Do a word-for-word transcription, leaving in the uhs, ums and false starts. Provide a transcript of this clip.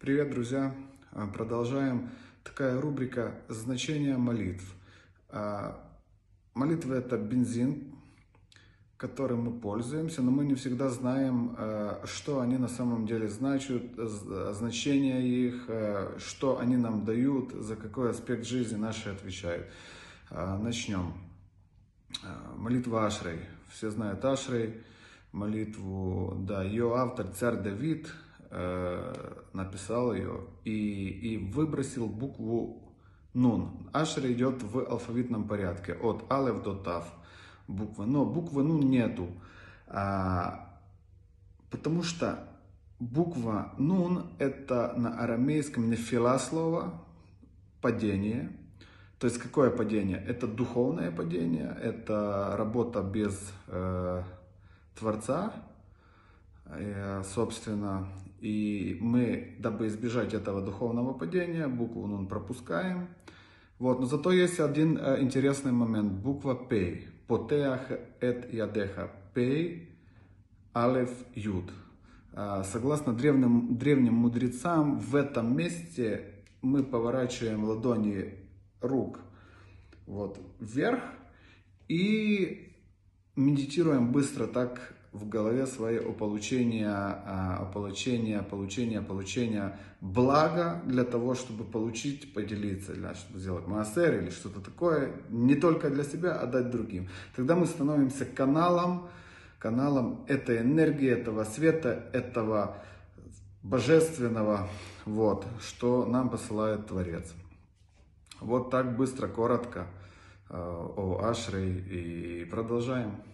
Привет, друзья! Продолжаем. Такая рубрика «Значение молитв». Молитва – это бензин, которым мы пользуемся, но мы не всегда знаем, что они на самом деле значат, значение их, что они нам дают, за какой аспект жизни наши отвечают. Начнем. Молитва Ашрей. Все знают Ашрей. Молитву, да, ее автор, царь Давид, написал ее и, и выбросил букву Нун. Ашрей идет в алфавитном порядке, от Алеф до Тав буквы, но буквы Нун нету, а, потому что буква Нун это на арамейском нефила слово, падение. То есть какое падение? Это духовное падение, это работа без э, Творца, э, собственно. И мы, дабы избежать этого духовного падения, букву Нун пропускаем. Вот. Но зато есть один э, интересный момент. Буква Пей. Потеах эт ядеха. Пей, алеф, юд. Э, согласно древним, древним мудрецам, в этом месте мы поворачиваем ладони рук вот, вверх и медитируем быстро так в голове своей о получении, о получении, получения, получения блага для того, чтобы получить, поделиться, для, чтобы сделать маасер или что-то такое, не только для себя, а дать другим. Тогда мы становимся каналом, каналом этой энергии, этого света, этого божественного, вот, что нам посылает Творец. Вот так быстро, коротко о Ашрей и продолжаем.